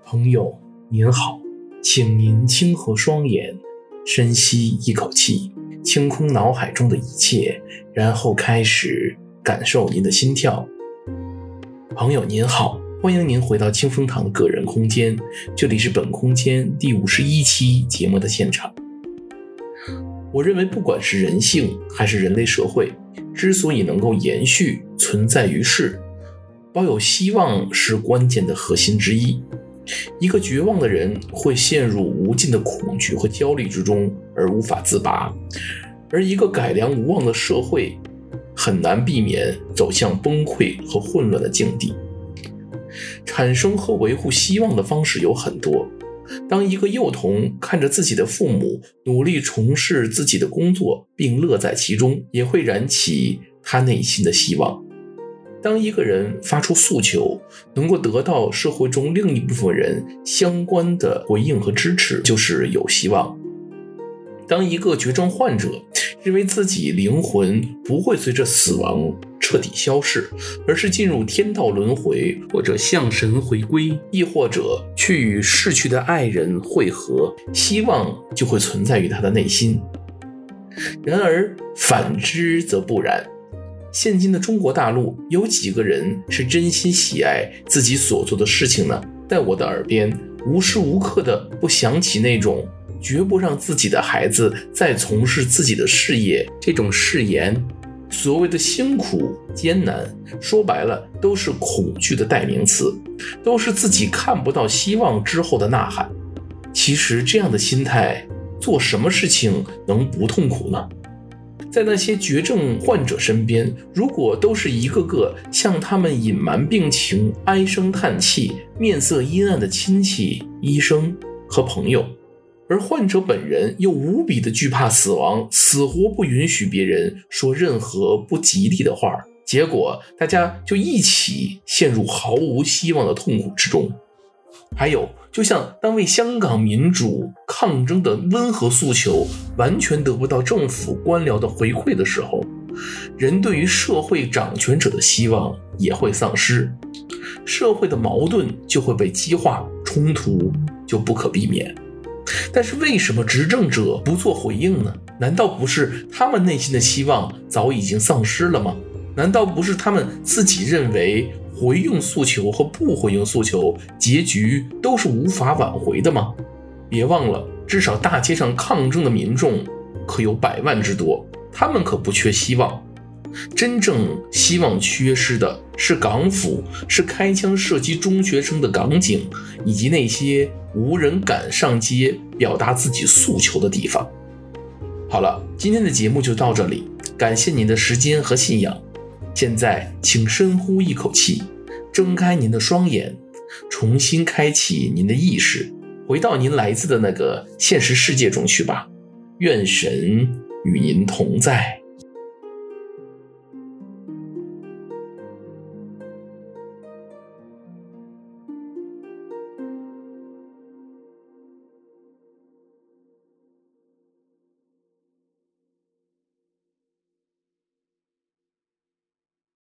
朋友您好，请您轻合双眼，深吸一口气，清空脑海中的一切，然后开始感受您的心跳。朋友您好，欢迎您回到清风堂的个人空间，这里是本空间第51期节目的现场。我认为不管是人性还是人类社会，之所以能够延续存在于世，抱有希望是关键的核心之一。一个绝望的人会陷入无尽的恐惧和焦虑之中而无法自拔，而一个改良无望的社会很难避免走向崩溃和混乱的境地。产生和维护希望的方式有很多。当一个幼童看着自己的父母努力从事自己的工作并乐在其中，也会燃起他内心的希望。当一个人发出诉求，能够得到社会中另一部分人相关的回应和支持，就是有希望。当一个绝症患者认为自己灵魂不会随着死亡彻底消逝，而是进入天道轮回，或者向神回归，亦或者去与逝去的爱人会合，希望就会存在于他的内心。然而反之则不然。现今的中国大陆有几个人是真心喜爱自己所做的事情呢？在我的耳边无时无刻的不想起那种绝不让自己的孩子再从事自己的事业这种誓言。所谓的辛苦艰难，说白了都是恐惧的代名词，都是自己看不到希望之后的呐喊。其实这样的心态，做什么事情能不痛苦呢？在那些绝症患者身边，如果都是一个个向他们隐瞒病情、唉声叹气、面色阴暗的亲戚、医生和朋友，而患者本人又无比的惧怕死亡，死活不允许别人说任何不吉利的话，结果大家就一起陷入毫无希望的痛苦之中。还有，就像当为香港民主抗争的温和诉求完全得不到政府官僚的回馈的时候，人对于社会掌权者的希望也会丧失，社会的矛盾就会被激化，冲突就不可避免。但是为什么执政者不做回应呢？难道不是他们内心的希望早已经丧失了吗？难道不是他们自己认为回应诉求和不回应诉求结局都是无法挽回的吗？别忘了，至少大街上抗争的民众可有100万之多，他们可不缺希望。真正希望缺失的是港府，是开枪射击中学生的港警，以及那些无人敢上街表达自己诉求的地方。好了，今天的节目就到这里，感谢您的时间和信仰。现在请深呼一口气，睁开您的双眼，重新开启您的意识，回到您来自的那个现实世界中去吧。愿神与您同在。